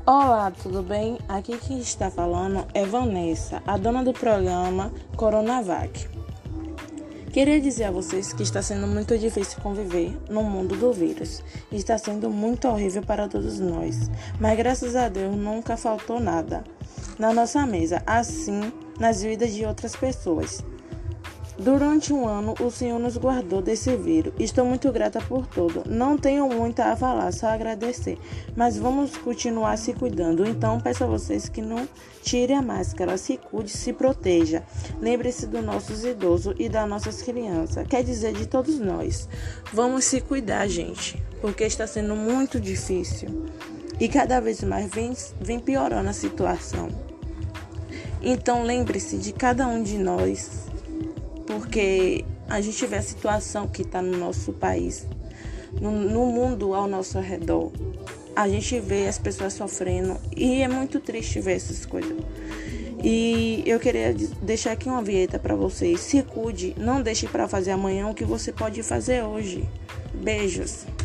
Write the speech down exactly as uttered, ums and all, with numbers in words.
Olá, tudo bem? Aqui quem está falando é Vanessa, a dona do programa Coronavac. Queria dizer a vocês que está sendo muito difícil conviver no mundo do vírus. Está sendo muito horrível para todos nós, mas graças a Deus nunca faltou nada na nossa mesa, assim nas vidas de outras pessoas. Durante um ano, o Senhor nos guardou desse vírus. Estou muito grata por tudo. Não tenho muito a falar, só agradecer. Mas vamos continuar se cuidando. Então, peço a vocês que não tirem a máscara, se cuide, se proteja. Lembre-se dos nossos idosos e das nossas crianças. Quer dizer, de todos nós. Vamos se cuidar, gente, porque está sendo muito difícil. E cada vez mais vem, vem piorando a situação. Então, lembre-se de cada um de nós. Porque a gente vê a situação que está no nosso país, no, no mundo ao nosso redor. A gente vê as pessoas sofrendo e é muito triste ver essas coisas. E eu queria deixar aqui uma vinheta para vocês. Se cuide, não deixe para fazer amanhã o que você pode fazer hoje. Beijos.